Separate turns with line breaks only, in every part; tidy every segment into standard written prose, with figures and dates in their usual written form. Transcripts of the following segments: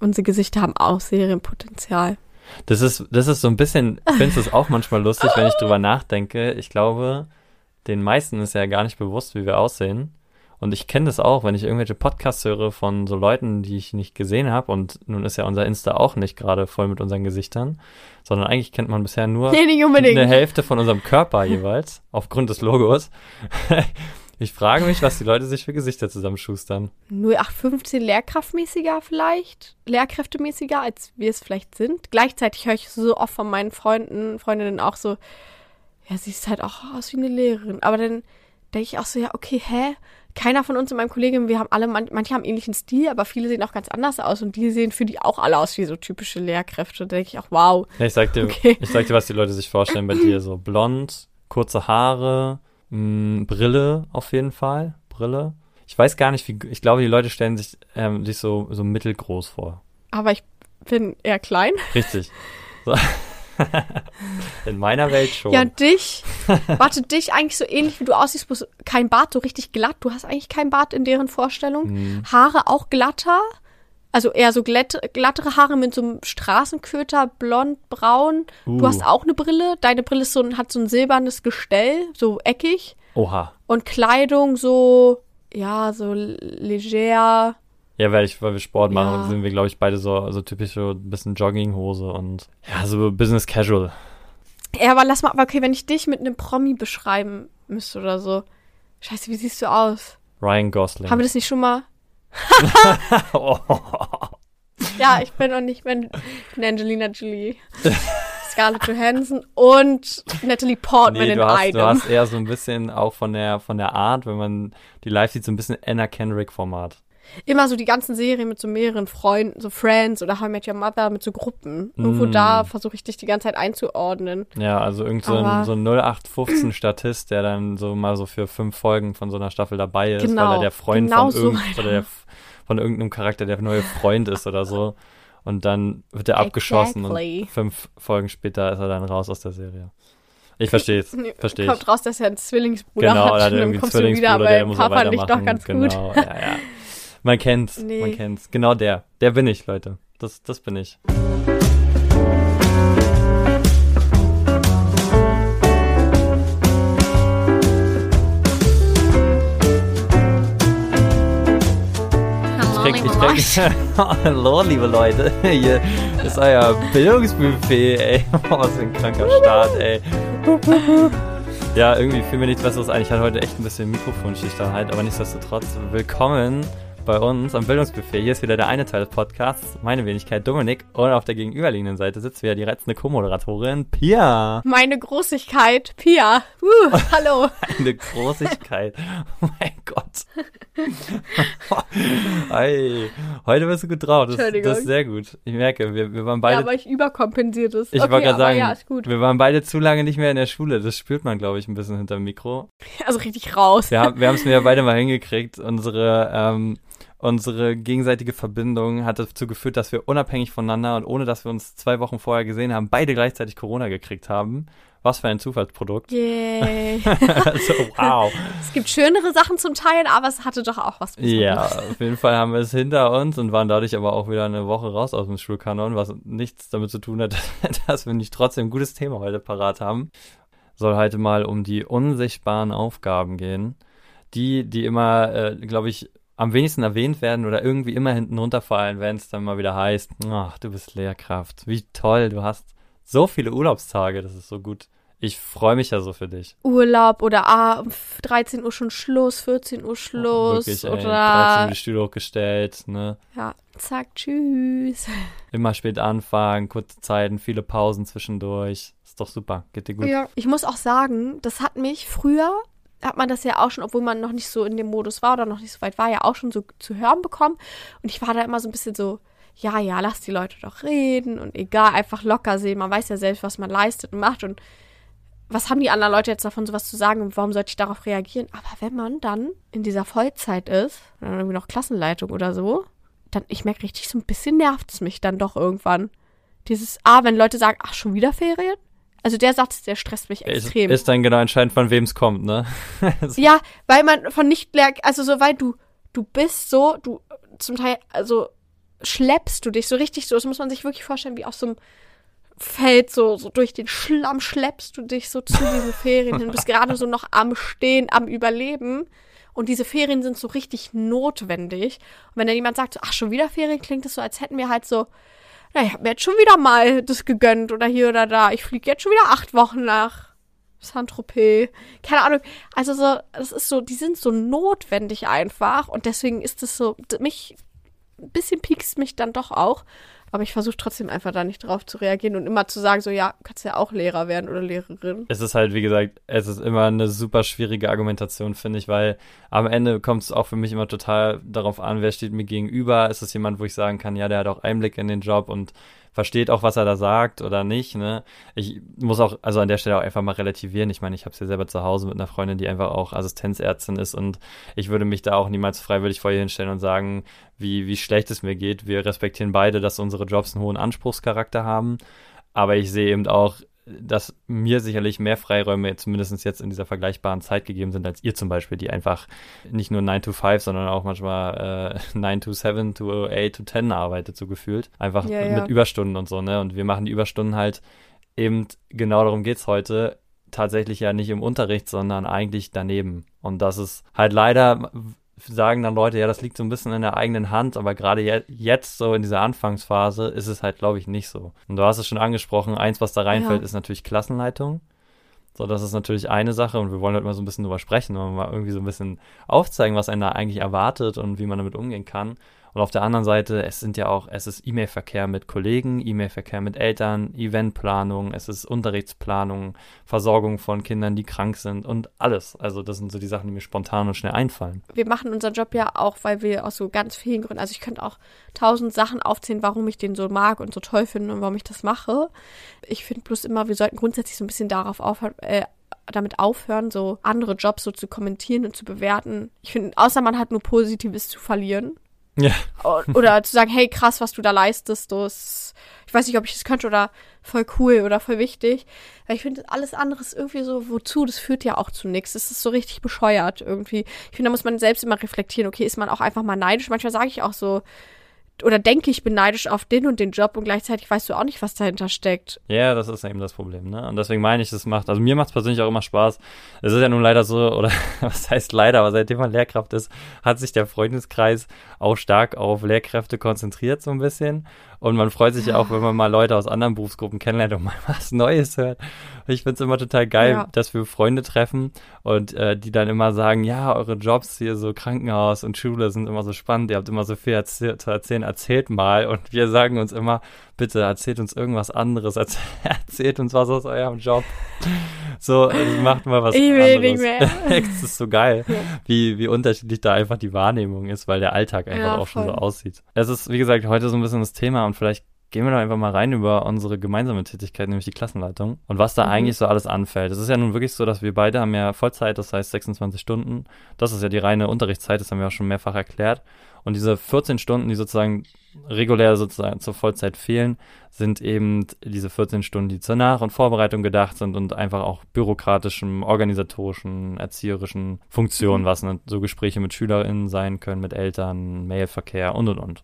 unsere Gesichter haben auch Serienpotenzial.
Das ist so ein bisschen, ich finde es auch manchmal lustig, wenn ich drüber nachdenke. Ich glaube, den meisten ist ja gar nicht bewusst, wie wir aussehen. Und ich kenne das auch, wenn ich irgendwelche Podcasts höre von so Leuten, die ich nicht gesehen habe. Und nun ist ja unser Insta auch nicht gerade voll mit unseren Gesichtern, sondern eigentlich kennt man bisher nur eine Hälfte von unserem Körper jeweils, aufgrund des Logos. Ich frage mich, was die Leute sich für Gesichter zusammenschustern.
0815 lehrkraftmäßiger vielleicht, lehrkräftemäßiger, als wir es vielleicht sind. Gleichzeitig höre ich so oft von meinen Freundinnen auch so, ja, sie sieht halt auch aus wie eine Lehrerin. Aber dann denke ich auch so, ja, okay, keiner von uns in meinem Kollegium, wir haben alle, manche haben ähnlichen Stil, aber viele sehen auch ganz anders aus und die sehen für die auch alle aus wie so typische Lehrkräfte. Da denke ich auch, wow.
Ja, ich sag dir, was die Leute sich vorstellen bei dir. So blond, kurze Haare, Brille auf jeden Fall. Brille. Ich weiß gar nicht, ich glaube, die Leute stellen sich so mittelgroß vor.
Aber ich bin eher klein.
Richtig. So. In meiner Welt schon.
Ja, dich eigentlich so ähnlich wie du aussiehst, bloß kein Bart, so richtig glatt. Du hast eigentlich kein Bart in deren Vorstellung. Haare auch glatter, also eher so glattere Haare mit so einem Straßenköter, blond, braun. Du hast auch eine Brille. Deine Brille ist hat so ein silbernes Gestell, so eckig.
Oha.
Und Kleidung so, ja, so leger.
Ja, weil wir Sport machen, sind wir, glaube ich, beide so typisch so ein bisschen Jogginghose und ja, so Business Casual.
Ja, aber okay, wenn ich dich mit einem Promi beschreiben müsste oder so. Scheiße, wie siehst du aus?
Ryan Gosling.
Haben wir das nicht schon mal?
Oh.
Ja, ich bin Angelina Jolie. Scarlett Johansson und Natalie Portman in einem.
Du hast eher so ein bisschen auch von der Art, wenn man die live sieht, so ein bisschen Anna Kendrick-Format.
Immer so die ganzen Serien mit so mehreren Freunden, so Friends oder How I Met Your Mother mit so Gruppen. Irgendwo da versuche ich dich die ganze Zeit einzuordnen.
Ja, also so ein 0815-Statist, der dann so mal so für 5 Folgen von so einer Staffel dabei ist, weil er der Freund von irgendeinem Charakter der neue Freund ist oder so. Und dann wird er abgeschossen und 5 Folgen später ist er dann raus aus der Serie. Ich verstehe es.
Kommt raus, dass er einen Zwillingsbruder hat.
Genau, dann irgendwie einen Zwillingsbruder, der muss
Papa liegt doch ganz gut.
Genau, ja. Man kennt's. Genau der bin ich, Leute. Das bin ich. Hallo, liebe Leute. Hier ist euer Bildungsbuffet, ey. Was für ein kranker Start, ey. Ja, irgendwie fiel mir nichts Besseres ein. Ich hatte heute echt ein bisschen Mikrofonschichtenheit, aber nichtsdestotrotz willkommen bei uns am Bildungsbuffet. Hier ist wieder der eine Teil des Podcasts, meine Wenigkeit Dominik, und auf der gegenüberliegenden Seite sitzt wieder die reizende Co-Moderatorin Pia.
Meine Großigkeit, Pia. Hallo.
Eine Großigkeit. Oh mein Gott. Hey, heute bist du gut drauf. Das ist sehr gut. Ich merke, wir waren beide...
Ja, aber ich überkompensiert es.
Ich wollte gerade sagen,
ja, ist gut.
Wir waren beide zu lange nicht mehr in der Schule. Das spürt man, glaube ich, ein bisschen hinterm Mikro.
Also richtig raus.
Wir haben es mir ja beide mal hingekriegt. Unsere gegenseitige Verbindung hat dazu geführt, dass wir unabhängig voneinander und ohne, dass wir uns 2 Wochen vorher gesehen haben, beide gleichzeitig Corona gekriegt haben. Was für ein Zufallsprodukt.
Yay.
Also, wow.
Es gibt schönere Sachen zum Teilen, aber es hatte doch auch was Besonderes.
Ja, auf jeden Fall haben wir es hinter uns und waren dadurch aber auch wieder eine Woche raus aus dem Schulkanon, was nichts damit zu tun hat, dass wir nicht trotzdem ein gutes Thema heute parat haben. Soll heute mal um die unsichtbaren Aufgaben gehen, die immer, glaube ich, am wenigsten erwähnt werden oder irgendwie immer hinten runterfallen, wenn es dann mal wieder heißt, ach, du bist Lehrkraft, wie toll, du hast so viele Urlaubstage, das ist so gut. Ich freue mich ja so für dich.
Urlaub oder um 13 Uhr schon Schluss, 14 Uhr Schluss.
Wirklich,
oder
13 Uhr die Stühle hochgestellt, ne?
Ja, zack, tschüss.
Immer spät anfangen, kurze Zeiten, viele Pausen zwischendurch. Ist doch super, geht dir gut.
Ja, ich muss auch sagen, das hat mich früher... hat man das ja auch schon, obwohl man noch nicht so in dem Modus war oder noch nicht so weit war, ja auch schon so zu hören bekommen. Und ich war da immer so ein bisschen so, ja, lass die Leute doch reden und egal, einfach locker sehen. Man weiß ja selbst, was man leistet und macht und was haben die anderen Leute jetzt davon, sowas zu sagen und warum sollte ich darauf reagieren? Aber wenn man dann in dieser Vollzeit ist, dann irgendwie noch Klassenleitung oder so, dann, ich merke richtig, so ein bisschen nervt es mich dann doch irgendwann. Dieses, wenn Leute sagen, ach, schon wieder Ferien? Also der Satz, der stresst mich extrem.
Ist dann genau entscheidend, von wem es kommt, ne?
Ja, weil man von nicht, also so, weil du bist so, du zum Teil, also schleppst du dich so richtig so, das muss man sich wirklich vorstellen, wie auf so einem Feld, so durch den Schlamm schleppst du dich so zu diesen Ferien hin, bist gerade so noch am Stehen, am Überleben. Und diese Ferien sind so richtig notwendig. Und wenn dann jemand sagt, so, ach, schon wieder Ferien, klingt das so, als hätten wir halt so, na, ich habe mir jetzt schon wieder mal das gegönnt oder hier oder da. Ich fliege jetzt schon wieder 8 Wochen nach Saint-Tropez. Keine Ahnung. Also so, das ist so, die sind so notwendig einfach. Und deswegen ist es so, ein bisschen piekst mich dann doch auch. Aber ich versuche trotzdem einfach da nicht drauf zu reagieren und immer zu sagen, so, ja, kannst ja auch Lehrer werden oder Lehrerin.
Es ist halt, wie gesagt, es ist immer eine super schwierige Argumentation, finde ich, weil am Ende kommt es auch für mich immer total darauf an, wer steht mir gegenüber. Ist es jemand, wo ich sagen kann, ja, der hat auch Einblick in den Job und versteht auch, was er da sagt oder nicht, ne? Ich muss auch, also an der Stelle auch einfach mal relativieren. Ich meine, ich habe es ja selber zu Hause mit einer Freundin, die einfach auch Assistenzärztin ist und ich würde mich da auch niemals freiwillig vor ihr hinstellen und sagen, wie schlecht es mir geht. Wir respektieren beide, dass unsere Jobs einen hohen Anspruchscharakter haben, aber ich sehe eben auch, dass mir sicherlich mehr Freiräume zumindest jetzt in dieser vergleichbaren Zeit gegeben sind als ihr zum Beispiel, die einfach nicht nur 9 to 5, sondern auch manchmal 9 to 7 to 8 to 10 arbeitet, so gefühlt. Einfach mit Überstunden und so, ne? Und wir machen die Überstunden halt eben, genau darum geht's heute, tatsächlich ja nicht im Unterricht, sondern eigentlich daneben. Und das ist halt leider, sagen dann Leute, ja, das liegt so ein bisschen in der eigenen Hand, aber gerade jetzt so in dieser Anfangsphase ist es halt, glaube ich, nicht so. Und du hast es schon angesprochen, eins, was da reinfällt, ist natürlich Klassenleitung. So, das ist natürlich eine Sache und wir wollen halt mal so ein bisschen drüber sprechen und mal irgendwie so ein bisschen aufzeigen, was einen da eigentlich erwartet und wie man damit umgehen kann. Und auf der anderen Seite, es ist E-Mail-Verkehr mit Kollegen, E-Mail-Verkehr mit Eltern, Eventplanung, es ist Unterrichtsplanung, Versorgung von Kindern, die krank sind und alles. Also das sind so die Sachen, die mir spontan und schnell einfallen.
Wir machen unseren Job ja auch, weil wir aus so ganz vielen Gründen, also ich könnte auch 1000 Sachen aufzählen, warum ich den so mag und so toll finde und warum ich das mache. Ich finde bloß immer, wir sollten grundsätzlich so ein bisschen damit aufhören, so andere Jobs so zu kommentieren und zu bewerten. Ich finde, außer man hat nur Positives zu verlieren.
Ja.
Oder zu sagen, hey, krass, was du da leistest, ich weiß nicht, ob ich das könnte oder voll cool oder voll wichtig. Weil ich finde, alles andere ist irgendwie so, wozu? Das führt ja auch zu nichts. Das ist so richtig bescheuert irgendwie. Ich finde, da muss man selbst immer reflektieren, okay, ist man auch einfach mal neidisch? Manchmal sage ich auch so, oder denke ich bin neidisch auf den und den Job und gleichzeitig weißt du auch nicht, was dahinter steckt.
Ja, das ist eben das Problem, ne? Und deswegen meine ich, also mir macht es persönlich auch immer Spaß. Es ist ja nun leider so, oder was heißt leider, aber seitdem man Lehrkraft ist, hat sich der Freundeskreis auch stark auf Lehrkräfte konzentriert so ein bisschen. Und man freut sich ja auch, wenn man mal Leute aus anderen Berufsgruppen kennenlernt und mal was Neues hört. Ich finde es immer total geil, dass wir Freunde treffen und die dann immer sagen, ja, eure Jobs hier so Krankenhaus und Schule sind immer so spannend, ihr habt immer so viel zu erzählen, erzählt mal. Und wir sagen uns immer, bitte erzählt uns irgendwas anderes, erzählt uns was aus eurem Job. So, macht mal was anderes. Ich will nicht mehr. Es ist so geil, wie unterschiedlich da einfach die Wahrnehmung ist, weil der Alltag einfach auch schon so aussieht. Es ist, wie gesagt, heute so ein bisschen das Thema und vielleicht gehen wir doch einfach mal rein über unsere gemeinsame Tätigkeit, nämlich die Klassenleitung und was da eigentlich so alles anfällt. Es ist ja nun wirklich so, dass wir beide haben ja Vollzeit, das heißt 26 Stunden. Das ist ja die reine Unterrichtszeit, das haben wir auch schon mehrfach erklärt. Und diese 14 Stunden, die sozusagen regulär sozusagen zur Vollzeit fehlen, sind eben diese 14 Stunden, die zur Nach- und Vorbereitung gedacht sind und einfach auch bürokratischen, organisatorischen, erzieherischen Funktionen, was so Gespräche mit SchülerInnen sein können, mit Eltern, Mailverkehr und.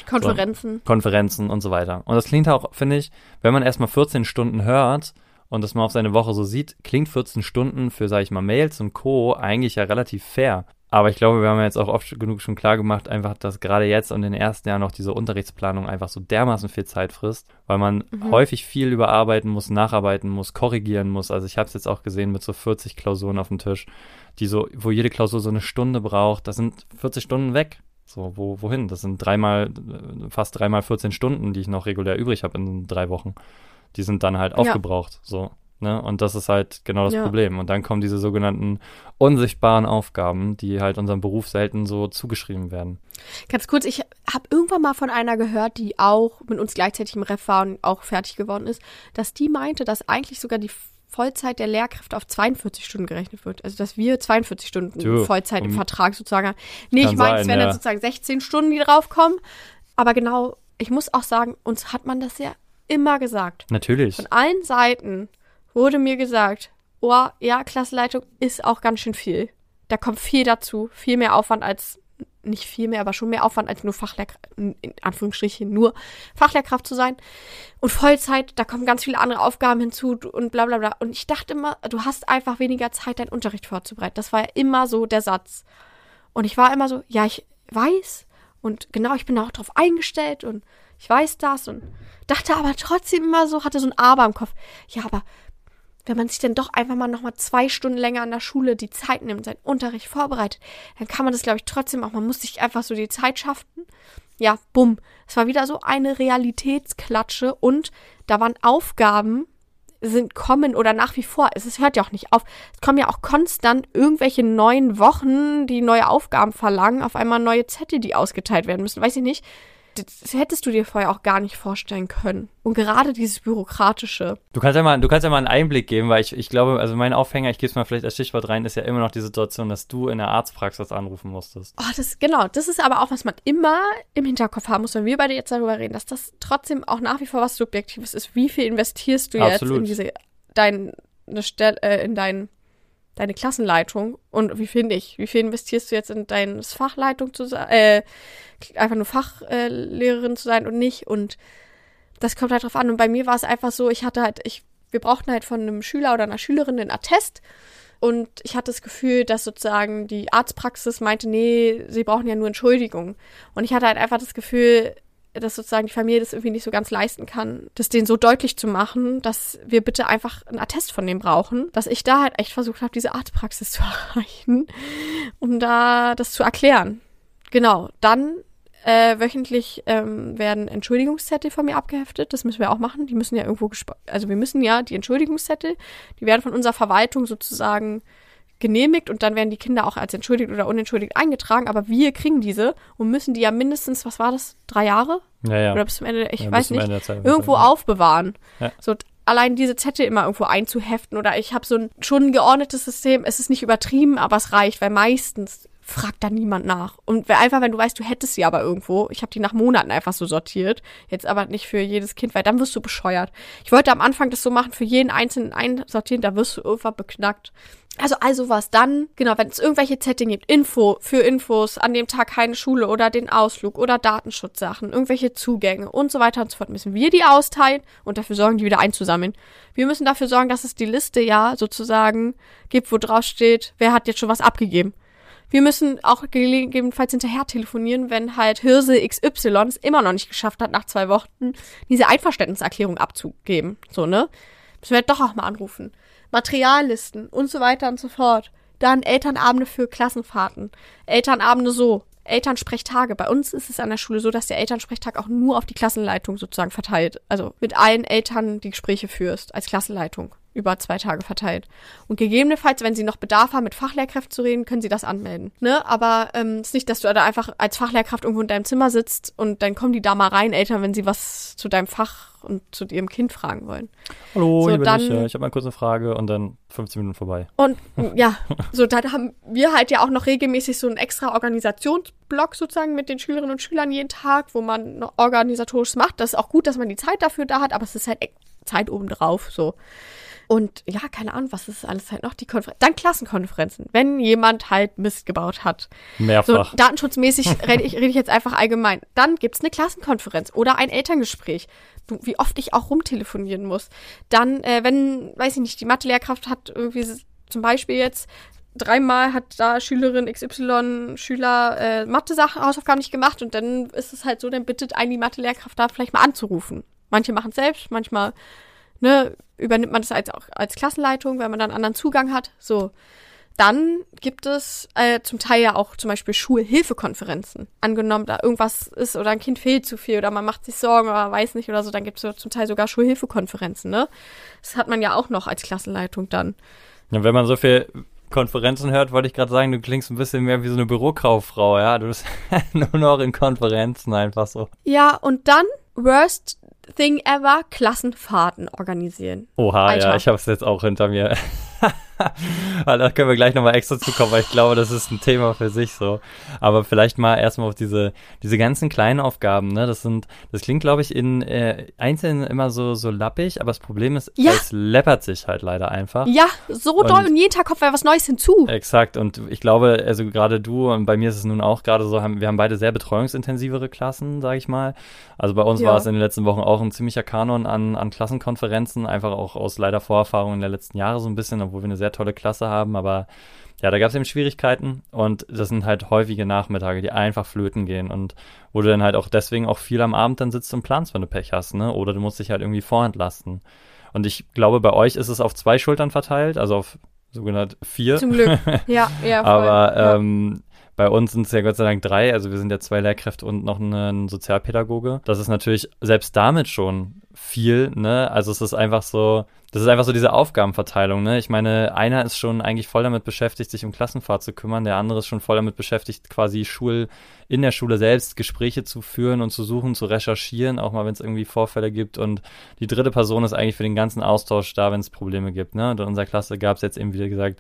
Konferenzen und so weiter. Und das klingt auch, finde ich, wenn man erstmal 14 Stunden hört und das mal auf seine Woche so sieht, klingt 14 Stunden für, sage ich mal, Mails und Co. eigentlich ja relativ fair. Aber ich glaube, wir haben ja jetzt auch oft genug schon klar gemacht, einfach, dass gerade jetzt und in den ersten Jahren noch diese Unterrichtsplanung einfach so dermaßen viel Zeit frisst, weil man häufig viel überarbeiten muss, nacharbeiten muss, korrigieren muss. Also ich habe es jetzt auch gesehen mit so 40 Klausuren auf dem Tisch, wo jede Klausur so eine Stunde braucht. Da sind 40 Stunden weg. So, wohin? Das sind fast dreimal 14 Stunden, die ich noch regulär übrig habe in 3 Wochen. Die sind dann halt aufgebraucht, so. Ne? Und das ist halt genau das Problem. Und dann kommen diese sogenannten unsichtbaren Aufgaben, die halt unserem Beruf selten so zugeschrieben werden.
Ganz kurz, ich habe irgendwann mal von einer gehört, die auch mit uns gleichzeitig im Ref war und auch fertig geworden ist, dass die meinte, dass eigentlich sogar die Vollzeit der Lehrkräfte auf 42 Stunden gerechnet wird. Also, dass wir 42 Stunden Vollzeit im Vertrag sozusagen haben. Nee, ich meine, es wären dann sozusagen 16 Stunden, die draufkommen. Aber genau, ich muss auch sagen, uns hat man das ja immer gesagt.
Natürlich.
Von allen Seiten wurde mir gesagt, oh ja, Klassenleitung ist auch ganz schön viel. Da kommt viel dazu, viel mehr Aufwand als nicht viel mehr, aber schon mehr Aufwand als nur in Anführungsstrichen nur Fachlehrkraft zu sein. Und Vollzeit, da kommen ganz viele andere Aufgaben hinzu und bla bla bla. Und ich dachte immer, du hast einfach weniger Zeit, deinen Unterricht vorzubereiten. Das war ja immer so der Satz. Und ich war immer so, ja, ich weiß und genau, ich bin da auch drauf eingestellt und ich weiß das und dachte aber trotzdem immer so, hatte so ein Aber im Kopf. Ja, aber wenn man sich dann doch einfach mal nochmal 2 Stunden länger an der Schule die Zeit nimmt, seinen Unterricht vorbereitet, dann kann man das, glaube ich, trotzdem auch. Man muss sich einfach so die Zeit schaffen. Ja, bumm. Es war wieder so eine Realitätsklatsche und da waren Aufgaben, kommen oder nach wie vor. Es hört ja auch nicht auf. Es kommen ja auch konstant irgendwelche neuen Wochen, die neue Aufgaben verlangen, auf einmal neue Zettel, die ausgeteilt werden müssen. Weiß ich nicht. Das hättest du dir vorher auch gar nicht vorstellen können. Und gerade dieses Bürokratische.
Du kannst ja mal einen Einblick geben, weil ich glaube, also mein Aufhänger, ich gebe es mal vielleicht als Stichwort rein, ist ja immer noch die Situation, dass du in der Arztpraxis anrufen musstest.
Oh, das ist aber auch, was man immer im Hinterkopf haben muss, wenn wir beide jetzt darüber reden, dass das trotzdem auch nach wie vor was Subjektives ist. Wie viel investierst du
Absolut.
jetzt in deine Klassenleitung und wie viel nicht? Wie viel investierst du jetzt in deine Fachleitung zu sein, einfach nur Fachlehrerin zu sein und nicht? Und das kommt halt drauf an. Und bei mir war es einfach so, wir brauchten halt von einem Schüler oder einer Schülerin einen Attest. Und ich hatte das Gefühl, dass sozusagen die Arztpraxis meinte, nee, sie brauchen ja nur Entschuldigung. Und ich hatte halt einfach das Gefühl, dass sozusagen die Familie das irgendwie nicht so ganz leisten kann, das denen so deutlich zu machen, dass wir bitte einfach einen Attest von denen brauchen, dass ich da halt echt versucht habe, diese Arztpraxis zu erreichen, um da das zu erklären. Genau, dann wöchentlich werden Entschuldigungszettel von mir abgeheftet, das müssen wir auch machen, die müssen ja irgendwo wir müssen ja die Entschuldigungszettel, die werden von unserer Verwaltung sozusagen genehmigt und dann werden die Kinder auch als entschuldigt oder unentschuldigt eingetragen, aber wir kriegen diese und müssen die ja mindestens, was war das, 3 Jahre?
Ja.
Oder bis zum Ende, ich
ja,
weiß nicht, irgendwo aufbewahren.
Ja.
So allein diese Zettel immer irgendwo einzuheften oder ich habe schon ein geordnetes System, es ist nicht übertrieben, aber es reicht, weil meistens fragt da niemand nach. Und wenn du weißt, du hättest sie aber irgendwo, ich habe die nach Monaten einfach so sortiert, jetzt aber nicht für jedes Kind, weil dann wirst du bescheuert. Ich wollte am Anfang das so machen, für jeden Einzelnen einsortieren, da wirst du irgendwann beknackt. Also was dann, genau, wenn es irgendwelche Zettel gibt, Infos, an dem Tag keine Schule oder den Ausflug oder Datenschutzsachen, irgendwelche Zugänge und so weiter und so fort, müssen wir die austeilen und dafür sorgen, die wieder einzusammeln. Wir müssen dafür sorgen, dass es die Liste ja sozusagen gibt, wo drauf steht, wer hat jetzt schon was abgegeben. Wir müssen auch gegebenenfalls hinterher telefonieren, wenn halt Hirse XY es immer noch nicht geschafft hat, nach 2 Wochen diese Einverständniserklärung abzugeben. So, ne? Müssen wir halt doch auch mal anrufen. Materiallisten und so weiter und so fort. Dann Elternabende für Klassenfahrten. Elternabende so. Elternsprechtage. Bei uns ist es an der Schule so, dass der Elternsprechtag auch nur auf die Klassenleitung sozusagen verteilt. Also mit allen Eltern die Gespräche führst als Klassenleitung. Über 2 Tage verteilt. Und gegebenenfalls, wenn sie noch Bedarf haben, mit Fachlehrkräften zu reden, können sie das anmelden. Ne? Aber ist nicht, dass du da einfach als Fachlehrkraft irgendwo in deinem Zimmer sitzt und dann kommen die da mal rein, Eltern, wenn sie was zu deinem Fach und zu ihrem Kind fragen wollen.
Hallo, so, hier bin ich. Ich habe mal kurz eine Frage und dann 15 Minuten vorbei.
Und ja, so dann haben wir halt ja auch noch regelmäßig so einen extra Organisationsblock sozusagen mit den Schülerinnen und Schülern jeden Tag, wo man noch organisatorisch macht. Das ist auch gut, dass man die Zeit dafür da hat, aber es ist halt Zeit obendrauf, so. Und ja, keine Ahnung, was ist alles halt noch, dann Klassenkonferenzen, wenn jemand halt Mist gebaut hat.
Mehrfach.
So, datenschutzmäßig rede ich jetzt einfach allgemein. Dann gibt's eine Klassenkonferenz oder ein Elterngespräch. Wie oft ich auch rumtelefonieren muss. Dann, wenn, weiß ich nicht, die Mathe-Lehrkraft hat irgendwie zum Beispiel jetzt 3-mal hat da Schülerin XY Schüler Mathe-Sachen, Hausaufgaben nicht gemacht und dann ist es halt so, dann bittet einen die Mathe-Lehrkraft da vielleicht mal anzurufen. Manche machen es selbst, manchmal übernimmt man das als Klassenleitung, wenn man dann anderen Zugang hat. So. Dann gibt es zum Teil ja auch zum Beispiel Schulhilfekonferenzen. Angenommen, da irgendwas ist oder ein Kind fehlt zu viel oder man macht sich Sorgen oder weiß nicht oder so, dann gibt es zum Teil sogar Schulhilfekonferenzen, ne? Das hat man ja auch noch als Klassenleitung dann.
Ja, wenn man so viel Konferenzen hört, wollte ich gerade sagen, du klingst ein bisschen mehr wie so eine Bürokauffrau, ja? Du bist nur noch in Konferenzen einfach so.
Ja, und dann Worst Thing ever, Klassenfahrten organisieren.
Oha, Alter. Ja, ich hab's jetzt auch hinter mir. Da können wir gleich nochmal extra zukommen, weil ich glaube, das ist ein Thema für sich so. Aber vielleicht mal erstmal auf diese ganzen kleinen Aufgaben, ne? Das klingt, glaube ich, in Einzelnen immer so lappig, aber das Problem ist, es läppert sich halt leider einfach.
Ja, so doll und jeden Tag kommt was Neues hinzu.
Exakt, und ich glaube, also gerade du und bei mir ist es nun auch gerade so, wir haben beide sehr betreuungsintensivere Klassen, sage ich mal. Also bei uns war es in den letzten Wochen auch ein ziemlicher Kanon an Klassenkonferenzen, einfach auch aus leider Vorerfahrungen der letzten Jahre so ein bisschen, obwohl wir eine sehr tolle Klasse haben, aber ja, da gab es eben Schwierigkeiten und das sind halt häufige Nachmittage, die einfach flöten gehen und wo du dann halt auch deswegen auch viel am Abend dann sitzt und planst, wenn du Pech hast, ne? Oder du musst dich halt irgendwie vorentlasten. Und ich glaube, bei euch ist es auf 2 Schultern verteilt, also auf sogenannt 4.
Zum Glück, ja, voll.
Aber bei uns sind es ja Gott sei Dank 3, also wir sind ja 2 Lehrkräfte und noch ein Sozialpädagoge. Das ist natürlich selbst damit schon viel, ne? Also es ist einfach so, das ist einfach so diese Aufgabenverteilung, ne? Ich meine, einer ist schon eigentlich voll damit beschäftigt, sich um Klassenfahrt zu kümmern, der andere ist schon voll damit beschäftigt, quasi in der Schule selbst Gespräche zu führen und zu suchen, zu recherchieren, auch mal, wenn es irgendwie Vorfälle gibt, und die dritte Person ist eigentlich für den ganzen Austausch da, wenn es Probleme gibt, ne? Und in unserer Klasse gab es jetzt eben, wie gesagt,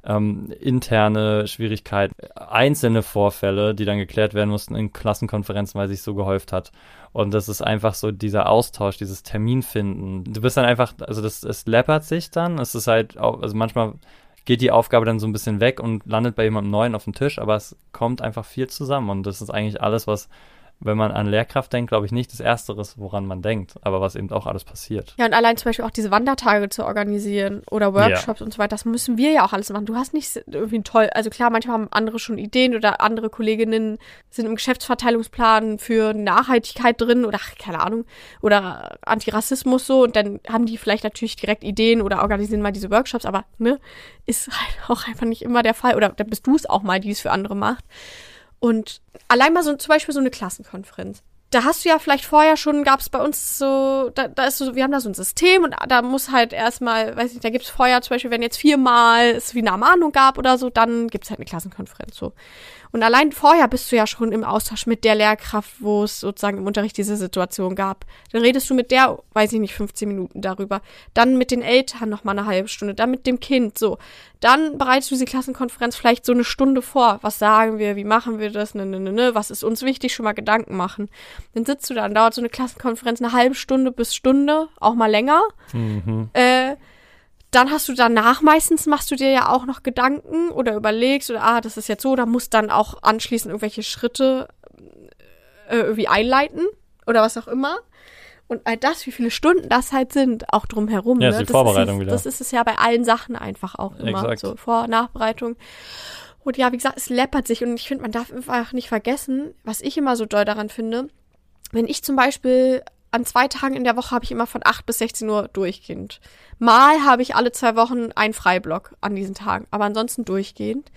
interne Schwierigkeiten, einzelne Vorfälle, die dann geklärt werden mussten in Klassenkonferenzen, weil sich so gehäuft hat. Und das ist einfach so dieser Austausch, dieses Terminfinden. Du bist dann einfach, also es läppert sich dann. Es ist halt auch, also manchmal geht die Aufgabe dann so ein bisschen weg und landet bei jemandem Neuen auf dem Tisch, aber es kommt einfach viel zusammen. Und das ist eigentlich alles, was, wenn man an Lehrkraft denkt, glaube ich, nicht das Erste ist, woran man denkt, aber was eben auch alles passiert.
Ja, und allein zum Beispiel auch diese Wandertage zu organisieren oder Workshops und so weiter, das müssen wir ja auch alles machen. Du hast nicht irgendwie also klar, manchmal haben andere schon Ideen oder andere Kolleginnen sind im Geschäftsverteilungsplan für Nachhaltigkeit drin oder keine Ahnung, oder Antirassismus so, und dann haben die vielleicht natürlich direkt Ideen oder organisieren mal diese Workshops, aber ne, ist halt auch einfach nicht immer der Fall, oder dann bist du es auch mal, die es für andere macht. Und allein mal so zum Beispiel so eine Klassenkonferenz. Da hast du ja vielleicht vorher schon, gab es bei uns so, da ist so, wir haben da so ein System und da muss halt erstmal, weiß nicht, da gibt es vorher zum Beispiel, wenn jetzt 4-mal es wie eine Ermahnung gab oder so, dann gibt es halt eine Klassenkonferenz so. Und allein vorher bist du ja schon im Austausch mit der Lehrkraft, wo es sozusagen im Unterricht diese Situation gab. Dann redest du mit der, weiß ich nicht, 15 Minuten darüber. Dann mit den Eltern noch mal eine halbe Stunde. Dann mit dem Kind, so. Dann bereitest du diese Klassenkonferenz vielleicht so eine Stunde vor. Was sagen wir? Wie machen wir das? Was ist uns wichtig? Schon mal Gedanken machen. Dann sitzt du da, dann dauert so eine Klassenkonferenz eine halbe Stunde bis Stunde, auch mal länger. Dann hast du danach meistens, machst du dir ja auch noch Gedanken oder überlegst oder, das ist jetzt so, oder musst dann auch anschließend irgendwelche Schritte irgendwie einleiten oder was auch immer. Und all das, wie viele Stunden das halt sind, auch drumherum.
Ja,
ne?
ist die Vorbereitung wieder.
Das ist es ja bei allen Sachen einfach auch immer.
Exakt.
So Vor- und Nachbereitung. Und ja, wie gesagt, es läppert sich. Und ich finde, man darf einfach nicht vergessen, was ich immer so doll daran finde, wenn ich zum Beispiel an 2 Tagen in der Woche habe ich immer von 8 bis 16 Uhr durchgehend. Mal habe ich alle 2 Wochen einen Freiblock an diesen Tagen, aber ansonsten durchgehend.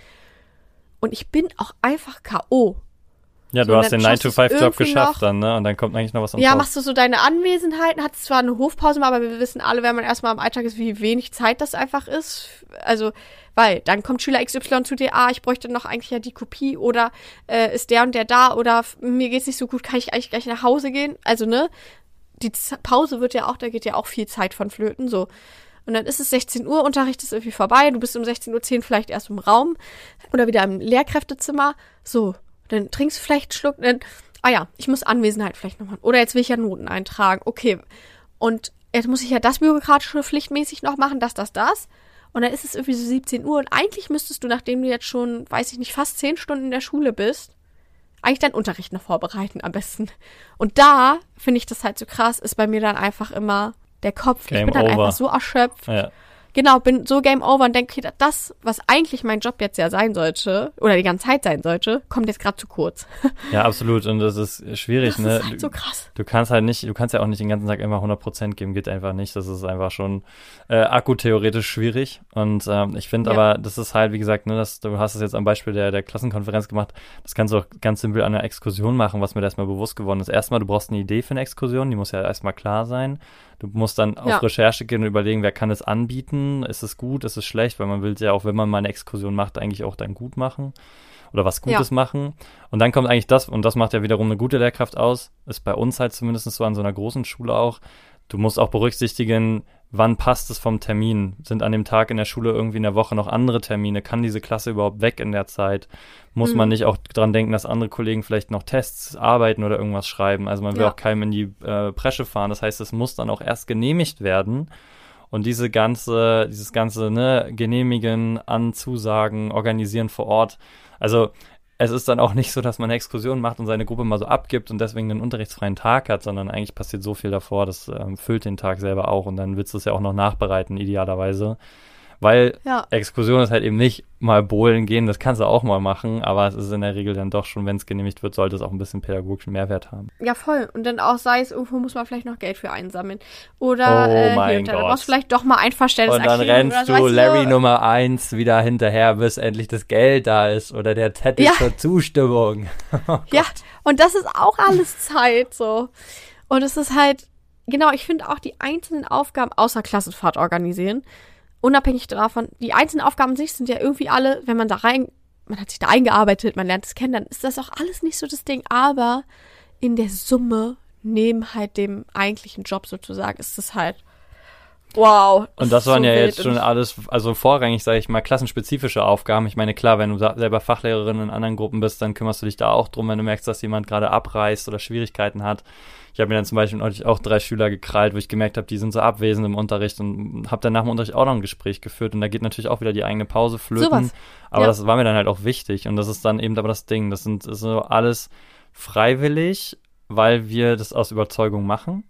Und ich bin auch einfach K.O.
Ja, du hast den 9-to-5-Job geschafft dann, ne? Und dann kommt eigentlich noch was
Ja, machst du so deine Anwesenheiten, hast zwar eine Hofpause mal, aber wir wissen alle, wenn man erstmal am Alltag ist, wie wenig Zeit das einfach ist. Also, weil dann kommt Schüler XY zu dir, ich bräuchte noch eigentlich ja die Kopie, oder ist der und der da, oder mir geht's nicht so gut, kann ich eigentlich gleich nach Hause gehen? Also, ne? Die Pause wird ja auch, da geht ja auch viel Zeit von flöten, so. Und dann ist es 16 Uhr, Unterricht ist irgendwie vorbei, du bist um 16:10 Uhr vielleicht erst im Raum oder wieder im Lehrkräftezimmer, so. Dann trinkst du vielleicht einen Schluck, dann, ich muss Anwesenheit vielleicht noch machen. Oder jetzt will ich ja Noten eintragen. Okay. Und jetzt muss ich ja das bürokratische pflichtmäßig noch machen, das. Und dann ist es irgendwie so 17 Uhr. Und eigentlich müsstest du, nachdem du jetzt schon, weiß ich nicht, fast 10 Stunden in der Schule bist, eigentlich deinen Unterricht noch vorbereiten am besten. Und da finde ich das halt so krass, ist bei mir dann einfach immer der Kopf.
Game
ich bin dann
over.
einfach so erschöpft.
Ja.
Genau, bin so Game Over und denke, okay, das, was eigentlich mein Job jetzt ja sein sollte, oder die ganze Zeit sein sollte, kommt jetzt gerade zu kurz.
Ja, absolut. Und das ist schwierig,
das
ne?
ist halt so krass.
Du kannst ja auch nicht den ganzen Tag immer 100% geben, geht einfach nicht. Das ist einfach schon akkutheoretisch schwierig. Und ich finde aber, das ist halt, wie gesagt, ne, du hast es jetzt am Beispiel der Klassenkonferenz gemacht, das kannst du auch ganz simpel an einer Exkursion machen, was mir da erstmal bewusst geworden ist. Erstmal, du brauchst eine Idee für eine Exkursion, die muss ja erstmal klar sein. Du musst dann auf Recherche gehen und überlegen, wer kann es anbieten, ist es gut, ist es schlecht, weil man will ja auch, wenn man mal eine Exkursion macht, eigentlich auch dann gut machen. oder was Gutes machen. Und dann kommt eigentlich das, und das macht ja wiederum eine gute Lehrkraft aus, ist bei uns halt zumindest so an so einer großen Schule auch. Du musst auch berücksichtigen, wann passt es vom Termin? Sind an dem Tag in der Schule irgendwie in der Woche noch andere Termine? Kann diese Klasse überhaupt weg in der Zeit? Muss man nicht auch dran denken, dass andere Kollegen vielleicht noch Tests arbeiten oder irgendwas schreiben? Also man will auch keinem in die Presche fahren. Das heißt, es muss dann auch erst genehmigt werden. Und dieses ganze, ne, Genehmigen, Anzusagen, Organisieren vor Ort. Also es ist dann auch nicht so, dass man eine Exkursion macht und seine Gruppe mal so abgibt und deswegen einen unterrichtsfreien Tag hat, sondern eigentlich passiert so viel davor, das füllt den Tag selber auch und dann willst du es ja auch noch nachbereiten, idealerweise. Weil Exkursion ist halt eben nicht mal bowlen gehen, das kannst du auch mal machen, aber es ist in der Regel dann doch schon, wenn es genehmigt wird, sollte es auch ein bisschen pädagogischen Mehrwert haben.
Ja, voll. Und dann auch sei es, irgendwo muss man vielleicht noch Geld für einsammeln. Oder hier und da brauchst du vielleicht doch mal ein Verständnis.
Und dann rennst du Larry Nummer 1 wieder hinterher, bis endlich das Geld da ist oder der Zettel zur Zustimmung. Oh
ja, und das ist auch alles Zeit so. Und es ist halt, genau, ich finde auch die einzelnen Aufgaben außer Klassenfahrt organisieren, unabhängig davon, die einzelnen Aufgaben an sich sind ja irgendwie alle, wenn man da rein, man hat sich da eingearbeitet, man lernt es kennen, dann ist das auch alles nicht so das Ding, aber in der Summe, neben halt dem eigentlichen Job sozusagen, ist es halt, wow.
Und das waren so ja jetzt schon alles, also vorrangig, sage ich mal, klassenspezifische Aufgaben. Ich meine, klar, wenn du selber Fachlehrerin in anderen Gruppen bist, dann kümmerst du dich da auch drum, wenn du merkst, dass jemand gerade abreißt oder Schwierigkeiten hat. Ich habe mir dann zum Beispiel neulich auch 3 Schüler gekrallt, wo ich gemerkt habe, die sind so abwesend im Unterricht und habe dann nach dem Unterricht auch noch ein Gespräch geführt und da geht natürlich auch wieder die eigene Pause flöten. Aber das war mir dann halt auch wichtig und das ist dann eben aber das Ding. Das ist so alles freiwillig, weil wir das aus Überzeugung machen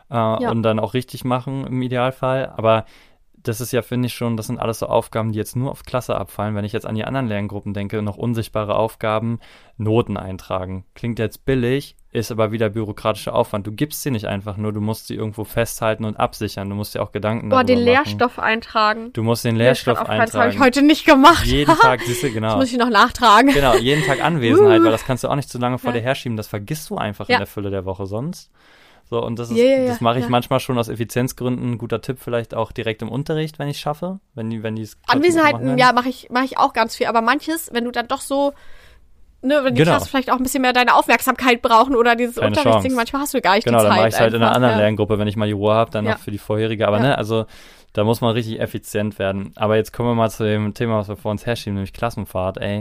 und dann auch richtig machen im Idealfall. Aber das ist ja, finde ich schon, das sind alles so Aufgaben, die jetzt nur auf Klasse abfallen. Wenn ich jetzt an die anderen Lerngruppen denke, noch unsichtbare Aufgaben, Noten eintragen. Klingt jetzt billig, ist aber wieder bürokratischer Aufwand. Du gibst sie nicht einfach nur, du musst sie irgendwo festhalten und absichern. Du musst dir auch Gedanken darüber machen.
Den Lehrstoff eintragen.
Du musst den Lehrstoff eintragen. Das
habe ich heute nicht gemacht.
Jeden Tag, siehst du, genau.
Das muss ich noch nachtragen.
Genau, jeden Tag Anwesenheit, weil das kannst du auch nicht zu lange vor dir herschieben. Das vergisst du einfach in der Fülle der Woche sonst. So, und das ist, das mache ich manchmal schon aus Effizienzgründen. Ein guter Tipp vielleicht auch direkt im Unterricht, wenn ich es schaffe. Wenn die es
Anwesenheiten, mache ich auch ganz viel. Aber manches, wenn du dann doch so, ne, wenn die Klasse vielleicht auch ein bisschen mehr deine Aufmerksamkeit brauchen oder dieses Unterrichtsding, manchmal hast du gar nicht die Zeit.
Genau, dann mache ich es halt in einer anderen Lerngruppe, wenn ich mal die Ruhe habe, dann noch für die vorherige. Aber ne, also da muss man richtig effizient werden. Aber jetzt kommen wir mal zu dem Thema, was wir vor uns herschieben, nämlich Klassenfahrt, ey.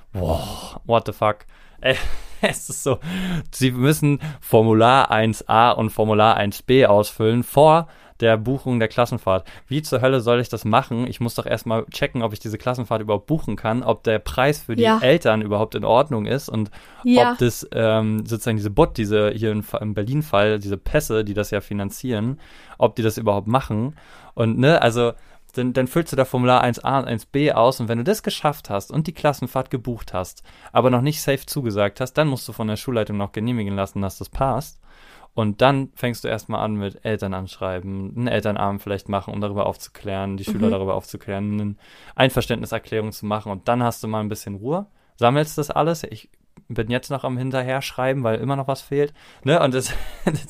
Boah, what the fuck. Ey, es ist so, Sie müssen Formular 1a und Formular 1b ausfüllen vor der Buchung der Klassenfahrt. Wie zur Hölle soll ich das machen? Ich muss doch erstmal checken, ob ich diese Klassenfahrt überhaupt buchen kann, ob der Preis für die Eltern überhaupt in Ordnung ist und ob das sozusagen diese diese hier im Berlin-Fall, diese Pässe, die das ja finanzieren, ob die das überhaupt machen. Und ne, also dann füllst du da Formular 1a und 1b aus und wenn du das geschafft hast und die Klassenfahrt gebucht hast, aber noch nicht safe zugesagt hast, dann musst du von der Schulleitung noch genehmigen lassen, dass das passt. Und dann fängst du erstmal an mit Eltern anschreiben, einen Elternabend vielleicht machen, um darüber aufzuklären, die Schüler darüber aufzuklären, eine Einverständniserklärung zu machen und dann hast du mal ein bisschen Ruhe, sammelst das alles. Ich bin jetzt noch am Hinterher-schreiben, weil immer noch was fehlt. Ne? Und das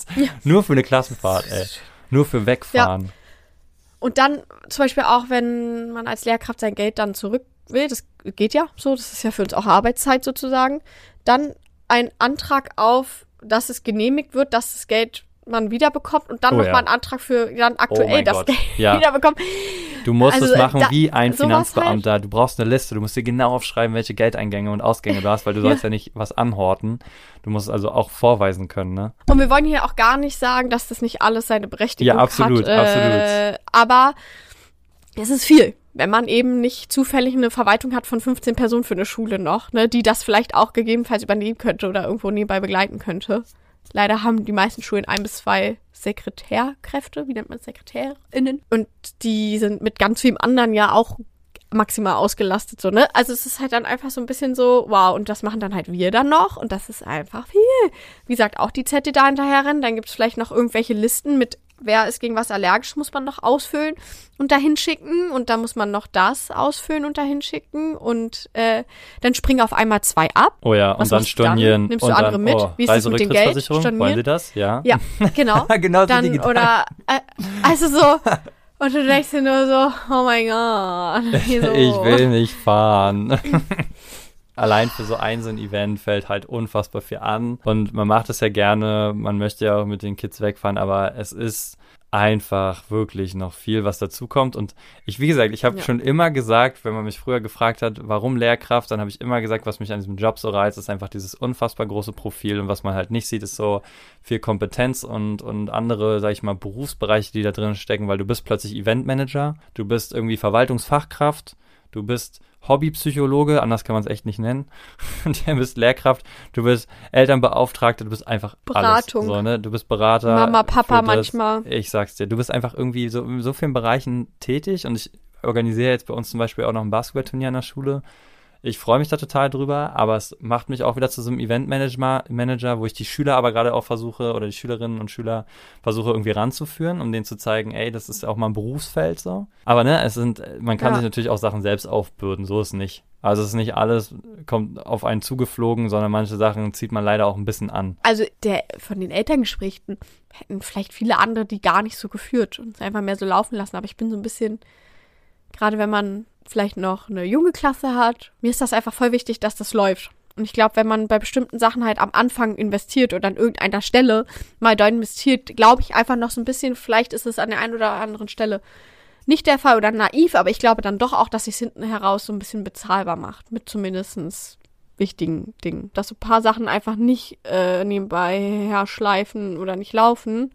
nur für eine Klassenfahrt, ey. Nur für Wegfahren. Ja.
Und dann zum Beispiel auch, wenn man als Lehrkraft sein Geld dann zurück will, das geht ja so, das ist ja für uns auch Arbeitszeit sozusagen, dann ein Antrag auf, dass es genehmigt wird, dass das Geld man wiederbekommt und dann nochmal einen Antrag für dann aktuell das Geld wiederbekommt.
Du musst es machen wie ein Finanzbeamter. Halt. Du brauchst eine Liste. Du musst dir genau aufschreiben, welche Geldeingänge und Ausgänge du hast, weil du sollst ja nicht was anhorten. Du musst also auch vorweisen können, ne?
Und wir wollen hier auch gar nicht sagen, dass das nicht alles seine Berechtigung hat.
Ja, absolut, absolut.
Aber es ist viel, wenn man eben nicht zufällig eine Verwaltung hat von 15 Personen für eine Schule noch, ne, die das vielleicht auch gegebenenfalls übernehmen könnte oder irgendwo nebenbei begleiten könnte. Leider haben die meisten Schulen 1 bis 2 Sekretärkräfte, wie nennt man SekretärInnen? Und die sind mit ganz vielem anderen ja auch maximal ausgelastet, so, ne? Also es ist halt dann einfach so ein bisschen so, wow, und das machen dann halt wir dann noch und das ist einfach viel. Wie gesagt, auch die Z, die da hinterher rennen, dann gibt es vielleicht noch irgendwelche Listen mit, wer ist gegen was allergisch, muss man noch ausfüllen und dahin schicken und dann muss man noch das ausfüllen und dahin schicken und dann springen auf einmal 2 ab.
Oh ja, und dann stornieren.
Nimmst du andere mit? Wie ist es mit dem Geld? Stornieren?
Wollen Sie das? Ja.
Ja, genau.
Genau
dann,
so digital.
Oder, also so, und du denkst dir nur so, oh mein Gott.
So. Ich will nicht fahren. allein für so ein Event fällt halt unfassbar viel an. Und man macht es ja gerne, man möchte ja auch mit den Kids wegfahren, aber es ist einfach wirklich noch viel, was dazukommt. Und wie gesagt, ich habe schon immer gesagt, wenn man mich früher gefragt hat, warum Lehrkraft, dann habe ich immer gesagt, was mich an diesem Job so reizt, ist einfach dieses unfassbar große Profil. Und was man halt nicht sieht, ist so viel Kompetenz und andere, sag ich mal, Berufsbereiche, die da drin stecken, weil du bist plötzlich Eventmanager, du bist irgendwie Verwaltungsfachkraft, du bist Hobbypsychologe, anders kann man es echt nicht nennen. Du bist Lehrkraft, du bist Elternbeauftragte, du bist einfach
Beratung.
Alles. So, ne? Du bist Berater.
Mama, Papa manchmal.
Ich sag's dir, du bist einfach irgendwie so in so vielen Bereichen tätig und ich organisiere jetzt bei uns zum Beispiel auch noch ein Basketballturnier an der Schule. Ich freue mich da total drüber, aber es macht mich auch wieder zu so einem Eventmanager, wo ich die Schüler aber gerade auch versuche, oder die Schülerinnen und Schüler versuche irgendwie ranzuführen, um denen zu zeigen, ey, das ist auch mal ein Berufsfeld so. Aber ne, man kann sich natürlich auch Sachen selbst aufbürden, so ist nicht. Also es ist nicht alles, kommt auf einen zugeflogen, sondern manche Sachen zieht man leider auch ein bisschen an.
Also von den Elterngesprächen hätten vielleicht viele andere die gar nicht so geführt und es einfach mehr so laufen lassen, aber ich bin so ein bisschen, gerade wenn man vielleicht noch eine junge Klasse hat, mir ist das einfach voll wichtig, dass das läuft. Und ich glaube, wenn man bei bestimmten Sachen halt am Anfang investiert oder an irgendeiner Stelle mal da investiert, glaube ich einfach noch so ein bisschen, vielleicht ist es an der einen oder anderen Stelle nicht der Fall oder naiv, aber ich glaube dann doch auch, dass sich es hinten heraus so ein bisschen bezahlbar macht, mit zumindest wichtigen Dingen. Dass so ein paar Sachen einfach nicht nebenbei herschleifen oder nicht laufen.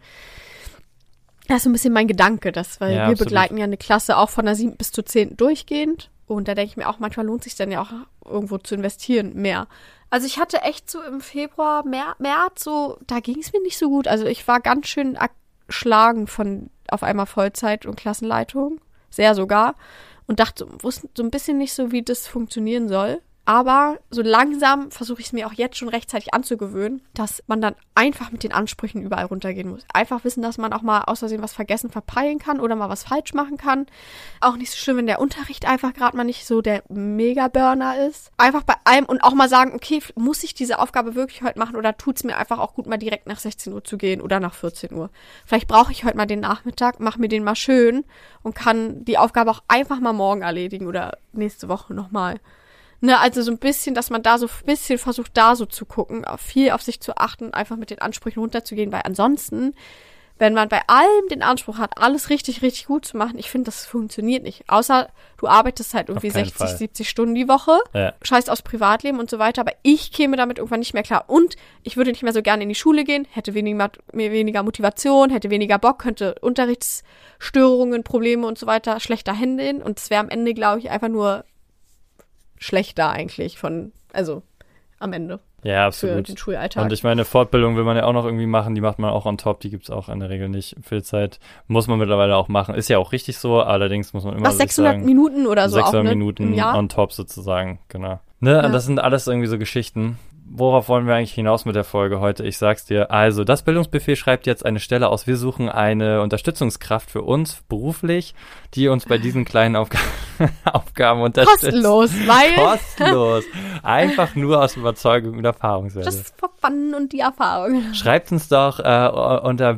Das ist so ein bisschen mein Gedanke, weil wir
absolut.
Begleiten ja eine Klasse auch von der 7. bis zur 10. durchgehend. Und da denke ich mir auch, manchmal lohnt es sich dann ja auch irgendwo zu investieren mehr. Also ich hatte echt so im Februar, März, so, da ging es mir nicht so gut. Also ich war ganz schön erschlagen von auf einmal Vollzeit und Klassenleitung. Sehr sogar. Und wusste so ein bisschen nicht so, wie das funktionieren soll. Aber so langsam versuche ich es mir auch jetzt schon rechtzeitig anzugewöhnen, dass man dann einfach mit den Ansprüchen überall runtergehen muss. Einfach wissen, dass man auch mal aus Versehen was vergessen, verpeilen kann oder mal was falsch machen kann. Auch nicht so schlimm, wenn der Unterricht einfach gerade mal nicht so der Mega-Burner ist. Einfach bei allem und auch mal sagen, okay, muss ich diese Aufgabe wirklich heute machen oder tut es mir einfach auch gut, mal direkt nach 16 Uhr zu gehen oder nach 14 Uhr. Vielleicht brauche ich heute mal den Nachmittag, mache mir den mal schön und kann die Aufgabe auch einfach mal morgen erledigen oder nächste Woche nochmal. Ne, also so ein bisschen, dass man da so ein bisschen versucht, da so zu gucken, viel auf sich zu achten, einfach mit den Ansprüchen runterzugehen, weil ansonsten, wenn man bei allem den Anspruch hat, alles richtig, richtig gut zu machen, ich finde, das funktioniert nicht. Außer du arbeitest halt irgendwie 60,
Fall.
70 Stunden die Woche, scheißt aufs Privatleben und so weiter, aber ich käme damit irgendwann nicht mehr klar. Und ich würde nicht mehr so gerne in die Schule gehen, hätte weniger Motivation, hätte weniger Bock, könnte Unterrichtsstörungen, Probleme und so weiter schlechter handeln und es wäre am Ende, glaube ich, einfach nur schlechter eigentlich am Ende.
Ja, absolut.
Für den Schulalltag.
Und ich meine, Fortbildung will man ja auch noch irgendwie machen, die macht man auch on top, die gibt es auch in der Regel nicht. Viel Zeit muss man mittlerweile auch machen. Ist ja auch richtig so, allerdings muss man immer
600
sagen,
Minuten oder so
600
auch, ne?
Minuten
Ja.
on top sozusagen, genau. Ne,
Ja.
das sind alles irgendwie so Geschichten. Worauf wollen wir eigentlich hinaus mit der Folge heute? Ich sag's dir. Also, das Bildungsbuffet schreibt jetzt eine Stelle aus. Wir suchen eine Unterstützungskraft für uns beruflich, die uns bei diesen kleinen Aufgaben unterstützt.
Kostenlos, weil
Kostenlos. Einfach nur aus Überzeugung und Erfahrungswerte.
das ist Verbannen und die Erfahrung.
Schreibt uns doch unter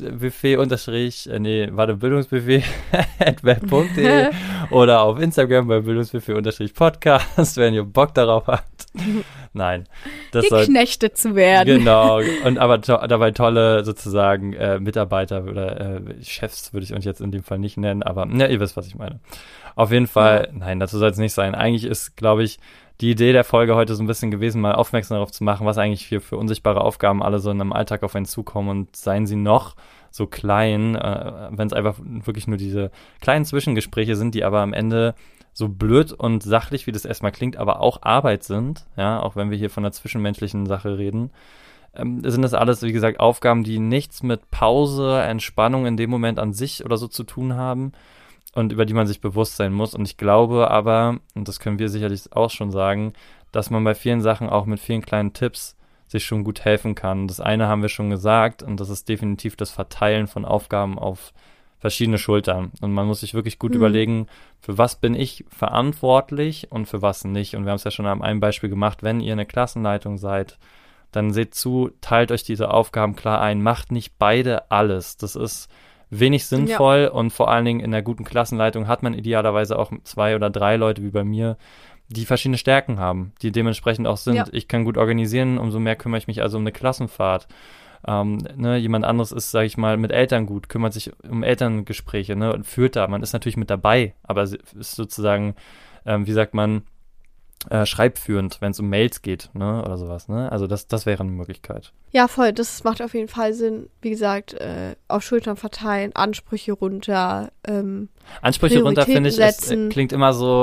bildungsbuffet@web.de oder auf Instagram bei bildungsbuffet_podcast, wenn ihr Bock darauf habt. Nein.
Geknechtet zu werden.
Genau. Und aber dabei tolle sozusagen Mitarbeiter oder Chefs würde ich uns jetzt in dem Fall nicht nennen, aber ihr wisst, was ich meine. Auf jeden Fall, nein, dazu soll es nicht sein. Eigentlich ist, glaube ich, die Idee der Folge heute so ein bisschen gewesen, mal aufmerksam darauf zu machen, was eigentlich hier für unsichtbare Aufgaben alle so in einem Alltag auf einen zukommen und seien sie noch so klein, wenn es einfach wirklich nur diese kleinen Zwischengespräche sind, die aber am Ende so blöd und sachlich, wie das erstmal klingt, aber auch Arbeit sind, ja, auch wenn wir hier von einer zwischenmenschlichen Sache reden, sind das alles, wie gesagt, Aufgaben, die nichts mit Pause, Entspannung in dem Moment an sich oder so zu tun haben und über die man sich bewusst sein muss. Und ich glaube aber, und das können wir sicherlich auch schon sagen, dass man bei vielen Sachen auch mit vielen kleinen Tipps sich schon gut helfen kann. Das eine haben wir schon gesagt und das ist definitiv das Verteilen von Aufgaben auf verschiedene Schultern. Und man muss sich wirklich gut überlegen, für was bin ich verantwortlich und für was nicht. Und wir haben es ja schon an einem Beispiel gemacht, wenn ihr eine Klassenleitung seid, dann seht zu, teilt euch diese Aufgaben klar ein, macht nicht beide alles. Das ist wenig sinnvoll und vor allen Dingen in einer guten Klassenleitung hat man idealerweise auch 2 oder 3 Leute wie bei mir, die verschiedene Stärken haben, die dementsprechend auch sind.
Ja.
Ich kann gut organisieren, umso mehr kümmere ich mich also um eine Klassenfahrt. Jemand anderes ist, sage ich mal, mit Eltern gut, kümmert sich um Elterngespräche, ne, und führt da. Man ist natürlich mit dabei, aber ist sozusagen, wie sagt man, schreibführend, wenn es um Mails geht, ne, oder sowas, ne? Also das wäre eine Möglichkeit.
Ja, voll, das macht auf jeden Fall Sinn. Wie gesagt, auf Schultern verteilen, Ansprüche runter,
Ansprüche runter, finde ich,
setzen.
klingt immer so,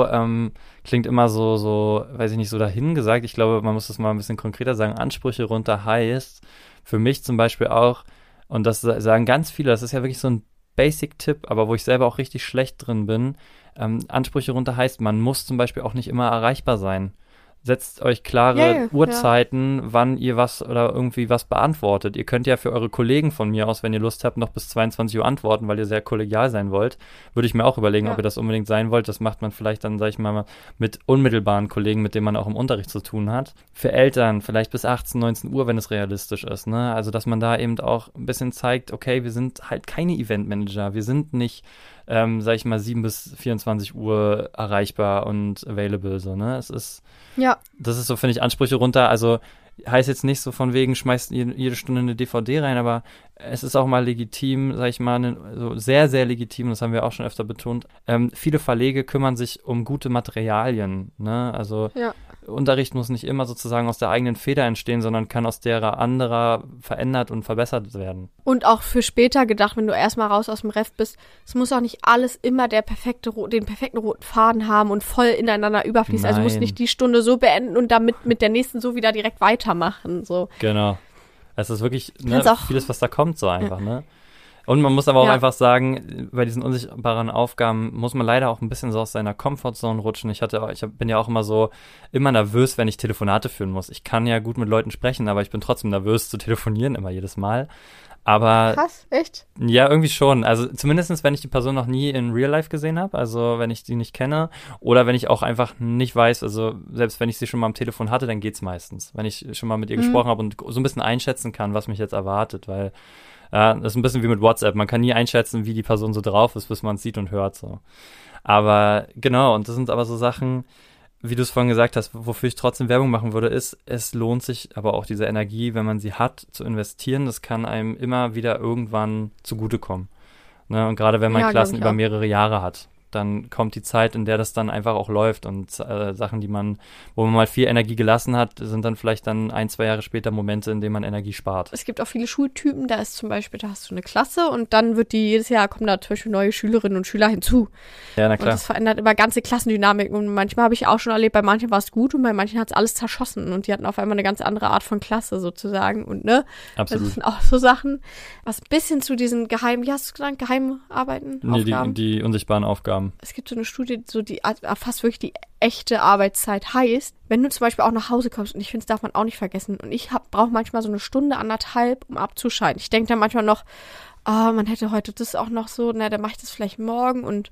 weiß ich nicht, so dahingesagt. Ich glaube, man muss das mal ein bisschen konkreter sagen. Ansprüche runter heißt für mich zum Beispiel auch, und das sagen ganz viele, das ist ja wirklich so ein Basic-Tipp, aber wo ich selber auch richtig schlecht drin bin, Ansprüche runter heißt, man muss zum Beispiel auch nicht immer erreichbar sein. Setzt euch klare Uhrzeiten, wann ihr was oder irgendwie was beantwortet. Ihr könnt ja für eure Kollegen von mir aus, wenn ihr Lust habt, noch bis 22 Uhr antworten, weil ihr sehr kollegial sein wollt. Würde ich mir auch überlegen, ob ihr das unbedingt sein wollt. Das macht man vielleicht dann, sag ich mal, mit unmittelbaren Kollegen, mit denen man auch im Unterricht zu tun hat. Für Eltern vielleicht bis 18, 19 Uhr, wenn es realistisch ist, ne? Also, dass man da eben auch ein bisschen zeigt, okay, wir sind halt keine Eventmanager. Wir sind nicht, sag ich mal, 7 bis 24 Uhr erreichbar und available, so, ne? Das ist so, finde ich, Ansprüche runter. Also heißt jetzt nicht so von wegen, schmeißt jede Stunde eine DVD rein, aber es ist auch mal legitim, sag ich mal, so sehr, sehr legitim, das haben wir auch schon öfter betont. Viele Verlege kümmern sich um gute Materialien, ne? Also Unterricht muss nicht immer sozusagen aus der eigenen Feder entstehen, sondern kann aus derer anderer verändert und verbessert werden.
Und auch für später gedacht, wenn du erstmal raus aus dem Ref bist, es muss auch nicht alles immer den perfekten roten Faden haben und voll ineinander überfließen.
Nein.
Also musst nicht die Stunde so beenden und damit mit der nächsten so wieder direkt weitermachen. So.
Genau. Es ist wirklich vieles, was da kommt, so einfach, ne? Und man muss aber auch einfach sagen, bei diesen unsichtbaren Aufgaben muss man leider auch ein bisschen so aus seiner Comfortzone rutschen. Ich bin ja auch immer nervös, wenn ich Telefonate führen muss. Ich kann ja gut mit Leuten sprechen, aber ich bin trotzdem nervös zu telefonieren, immer jedes Mal. Aber
krass, echt?
Ja, irgendwie schon. Also zumindest, wenn ich die Person noch nie in Real Life gesehen habe, also wenn ich die nicht kenne oder wenn ich auch einfach nicht weiß, also selbst wenn ich sie schon mal am Telefon hatte, dann geht's meistens. Wenn ich schon mal mit ihr gesprochen habe und so ein bisschen einschätzen kann, was mich jetzt erwartet, weil das ist ein bisschen wie mit WhatsApp. Man kann nie einschätzen, wie die Person so drauf ist, bis man es sieht und hört, so. Aber genau, und das sind aber so Sachen, wie du es vorhin gesagt hast, wofür ich trotzdem Werbung machen würde, ist, es lohnt sich aber auch diese Energie, wenn man sie hat, zu investieren. Das kann einem immer wieder irgendwann zugutekommen. Ne? Und gerade wenn man Klassen über mehrere Jahre hat, dann kommt die Zeit, in der das dann einfach auch läuft und Sachen, wo man mal viel Energie gelassen hat, sind dann vielleicht dann 1-2 Jahre später Momente, in denen man Energie spart.
Es gibt auch viele Schultypen, da ist zum Beispiel, da hast du eine Klasse und dann jedes Jahr kommen da zum Beispiel neue Schülerinnen und Schüler hinzu.
Ja, na klar.
Und das verändert immer ganze Klassendynamik und manchmal habe ich auch schon erlebt, bei manchen war es gut und bei manchen hat es alles zerschossen und die hatten auf einmal eine ganz andere Art von Klasse sozusagen und ne?
Absolut.
Das sind auch so Sachen, was ein bisschen zu diesen wie hast du gesagt, Geheimarbeiten?
Nee, die unsichtbaren Aufgaben.
Es gibt so eine Studie, so die fast wirklich die echte Arbeitszeit heißt, wenn du zum Beispiel auch nach Hause kommst, und ich finde, das darf man auch nicht vergessen, und ich brauche manchmal so eine Stunde, 1,5, um abzuschalten. Ich denke dann manchmal noch, man hätte heute das auch noch so, dann mache ich das vielleicht morgen und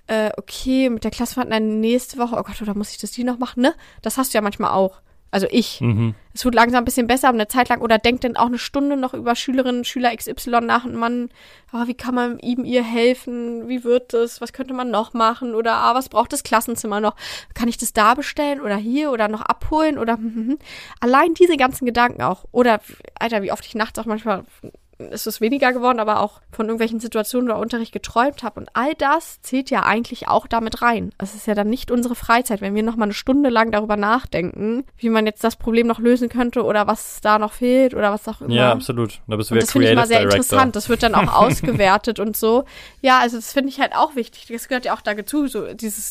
okay, mit der Klassefahrt dann nächste Woche, oh Gott, oder muss ich die noch machen, ne? Das hast du ja manchmal auch. Also ich. Es wird langsam ein bisschen besser, aber eine Zeit lang, oder denkt dann auch eine Stunde noch über Schülerinnen, Schüler XY nach und man, wie kann man ihm, ihr helfen, wie wird das, was könnte man noch machen oder was braucht das Klassenzimmer noch, kann ich das da bestellen oder hier oder noch abholen oder allein diese ganzen Gedanken auch, oder Alter, wie oft ich nachts auch manchmal, ist es weniger geworden, aber auch von irgendwelchen Situationen oder Unterricht geträumt habe. Und all das zählt ja eigentlich auch damit rein. Es ist ja dann nicht unsere Freizeit, wenn wir noch mal eine Stunde lang darüber nachdenken, wie man jetzt das Problem noch lösen könnte oder was da noch fehlt oder was auch immer.
Ja, absolut. Da bist du
wieder das finde ich immer sehr interessant. Das wird dann auch ausgewertet und so. Ja, also das finde ich halt auch wichtig. Das gehört ja auch dazu, so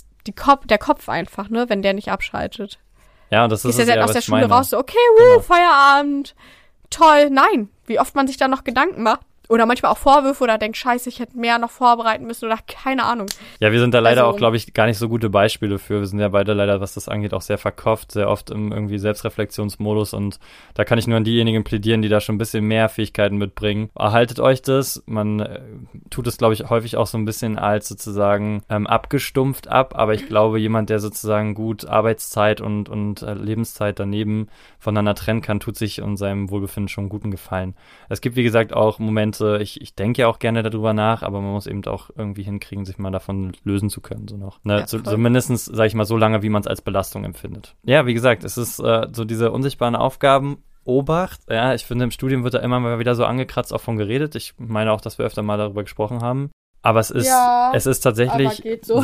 der Kopf einfach, ne, wenn der nicht abschaltet.
Ja, und das ist
ja
ja
aus der Schule
meine.
raus, so, okay, Feierabend. Toll, nein. Wie oft man sich da noch Gedanken macht. Oder manchmal auch Vorwürfe oder denkt, scheiße, ich hätte mehr noch vorbereiten müssen oder keine Ahnung.
Ja, wir sind da leider auch, glaube ich, gar nicht so gute Beispiele für. Wir sind ja beide leider, was das angeht, auch sehr verkopft, sehr oft im irgendwie Selbstreflexionsmodus und da kann ich nur an diejenigen plädieren, die da schon ein bisschen mehr Fähigkeiten mitbringen. Erhaltet euch das. Man tut es, glaube ich, häufig auch so ein bisschen als sozusagen abgestumpft ab, aber ich glaube, jemand, der sozusagen gut Arbeitszeit und Lebenszeit daneben voneinander trennen kann, tut sich und seinem Wohlbefinden schon einen guten Gefallen. Es gibt, wie gesagt, auch Momente, ich denke ja auch gerne darüber nach, aber man muss eben auch irgendwie hinkriegen, sich mal davon lösen zu können, so noch. Ne?
Ja,
Zumindest, sage ich mal, so lange, wie man es als Belastung empfindet. Ja, wie gesagt, es ist so diese unsichtbaren Aufgaben, Obacht. Ja, ich finde, im Studium wird da immer mal wieder so angekratzt auch von geredet. Ich meine auch, dass wir öfter mal darüber gesprochen haben. Aber es ist tatsächlich,
aber geht so.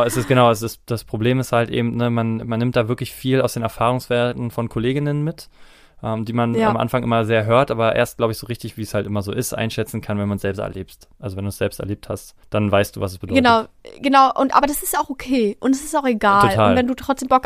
Das Problem ist halt eben, ne, man nimmt da wirklich viel aus den Erfahrungswerten von Kolleginnen mit, die man am Anfang immer sehr hört, aber erst, glaube ich, so richtig, wie es halt immer so ist, einschätzen kann, wenn man es selbst erlebt. Also wenn du es selbst erlebt hast, dann weißt du, was es bedeutet.
Genau. Aber das ist auch okay und es ist auch egal.
Total.
Und wenn du trotzdem Bock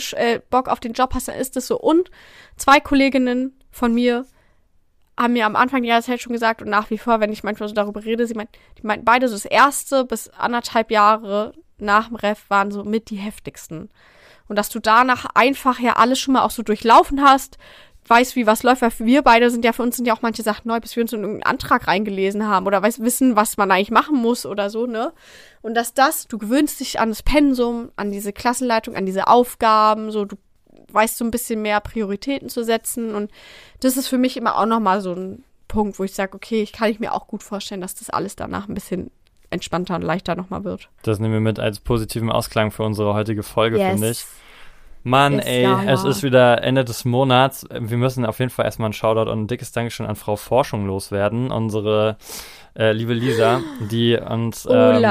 auf den Job hast, dann ist das so. Und 2 Kolleginnen von mir haben mir am Anfang der Zeit schon gesagt und nach wie vor, wenn ich manchmal so darüber rede, die meinten beide so, das erste bis 1,5 Jahre nach dem Ref waren so mit die heftigsten. Und dass du danach einfach ja alles schon mal auch so durchlaufen hast, weißt, wie was läuft, weil für uns sind ja auch manche Sachen neu, bis wir uns in irgendeinen Antrag reingelesen haben oder wissen, was man eigentlich machen muss oder so, ne? Und du gewöhnst dich an das Pensum, an diese Klassenleitung, an diese Aufgaben, so, du weißt so ein bisschen mehr Prioritäten zu setzen und das ist für mich immer auch nochmal so ein Punkt, wo ich sage, okay, kann ich mir auch gut vorstellen, dass das alles danach ein bisschen entspannter und leichter nochmal wird.
Das nehmen wir mit als positiven Ausklang für unsere heutige Folge, finde ich. Mann,
Ja.
Es ist wieder Ende des Monats. Wir müssen auf jeden Fall erstmal ein Shoutout und ein dickes Dankeschön an Frau Forschung loswerden. Unsere liebe Lisa, die uns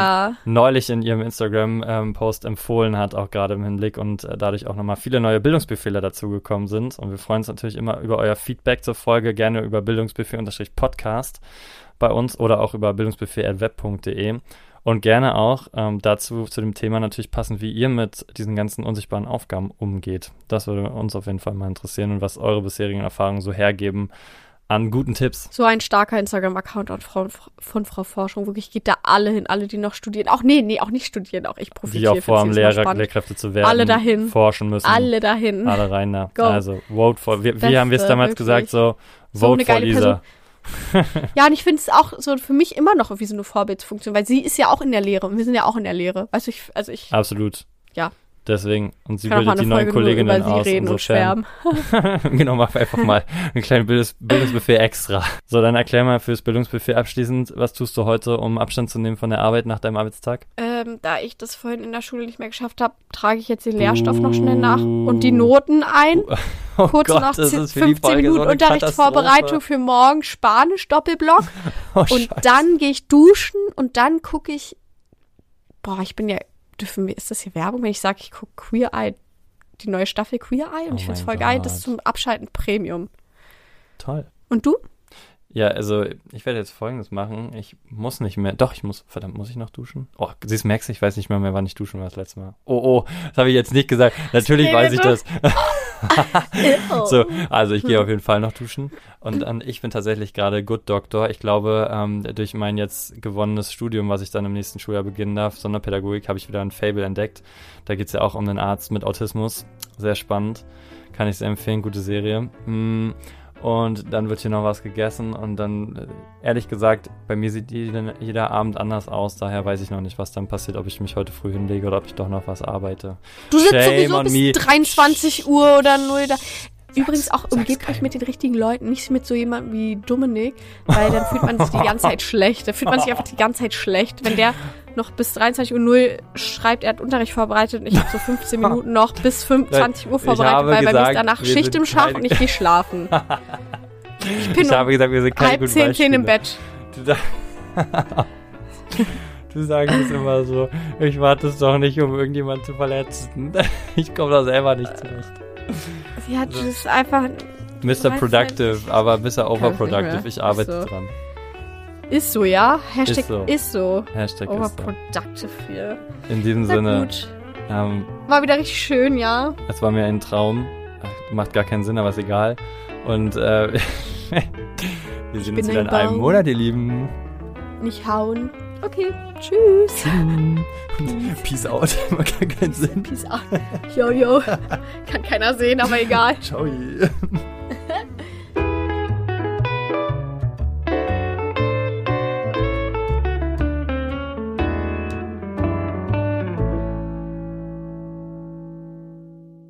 neulich in ihrem Instagram-Post empfohlen hat, auch gerade im Hinblick und dadurch auch nochmal viele neue Bildungsbefehle dazugekommen sind. Und wir freuen uns natürlich immer über euer Feedback zur Folge, gerne über Bildungsbefehl_Podcast bei uns oder auch über bildungsbefehl@web.de. Und gerne auch dazu zu dem Thema natürlich passend, wie ihr mit diesen ganzen unsichtbaren Aufgaben umgeht. Das würde uns auf jeden Fall mal interessieren und was eure bisherigen Erfahrungen so hergeben an guten Tipps.
So ein starker Instagram-Account von Frau Forschung. Wirklich geht da alle hin, alle, die noch studieren. Auch nicht studieren, auch ich profitiere.
Die auch vor, Lehrkräfte zu werden.
Alle dahin.
Forschen müssen.
Alle dahin.
Alle rein da.
Go.
Also, vote for, wie haben wir es damals gesagt, so vote for Lisa.
Ja, und ich finde es auch so für mich immer noch irgendwie so eine Vorbildsfunktion, weil sie ist ja auch in der Lehre und wir sind ja auch in der Lehre. Weißt du, ich
Absolut.
Ja.
Deswegen, und sie bildet die neuen Kolleginnen aus.
Reden und schwärmen.
Genau, mach einfach mal einen kleinen Bildungsbuffet extra. So, dann erklär mal fürs Bildungsbuffet abschließend, was tust du heute, um Abstand zu nehmen von der Arbeit nach deinem Arbeitstag?
Da ich das vorhin in der Schule nicht mehr geschafft habe, trage ich jetzt den Lehrstoff noch schnell nach und die Noten ein. Kurz nach 15 Minuten so Unterrichtsvorbereitung für morgen, Spanisch, Doppelblock. Und dann gehe ich duschen und dann gucke ich, ist das hier Werbung, wenn ich sage, ich gucke Queer Eye, die neue Staffel Queer Eye und ich finde es voll geil, das ist zum Abschalten Premium.
Toll.
Und du?
Ja, also ich werde jetzt Folgendes machen. Ich muss nicht mehr, muss ich noch duschen? Oh, siehst, merkst du, ich weiß nicht mehr, wann ich duschen war das letzte Mal. Oh, das habe ich jetzt nicht gesagt. Natürlich weiß ich das. So, also ich gehe auf jeden Fall noch duschen und ich bin tatsächlich gerade Good Doctor. Ich glaube, durch mein jetzt gewonnenes Studium, was ich dann im nächsten Schuljahr beginnen darf, Sonderpädagogik, habe ich wieder ein Fable entdeckt. Da geht es ja auch um einen Arzt mit Autismus. Sehr spannend. Kann ich sehr empfehlen, gute Serie. Und dann wird hier noch was gegessen und dann, ehrlich gesagt, bei mir sieht jeder Abend anders aus, daher weiß ich noch nicht, was dann passiert, ob ich mich heute früh hinlege oder ob ich doch noch was arbeite.
Du sitzt sowieso bis 23 Uhr oder 0 da. Übrigens auch, umgebt euch mit den richtigen Leuten, nicht mit so jemandem wie Dominik, weil dann fühlt man sich die ganze Zeit schlecht. Da fühlt man sich einfach die ganze Zeit schlecht, wenn der noch bis 23:00 Uhr schreibt, er hat Unterricht vorbereitet und ich habe so 15 Minuten noch bis 20 Uhr vorbereitet, weil bei mir ist danach Schicht im Schacht und ich gehe schlafen.
Ich habe gesagt, wir sind keine guten Beispiele.
9:30 im Bett.
Du sagst es immer so, ich warte es doch nicht, um irgendjemanden zu verletzen. Ich komme da selber nicht zurecht.
Ja, das ist einfach...
Mr. Productive, aber Mr. Overproductive. Ich arbeite dran.
Ist so, ja? Hashtag ist so.
Hashtag
Overproductive hier.
In diesem Sinne.
Gut. War wieder richtig schön, ja?
Es war mir ein Traum. Macht gar keinen Sinn, aber ist egal. Und wir sehen uns wieder in einem Monat, ihr Lieben.
Nicht hauen. Okay, tschüss.
Peace out. Macht gar keinen Sinn.
Peace out. Yo. Kann keiner sehen, aber egal.
Ciao.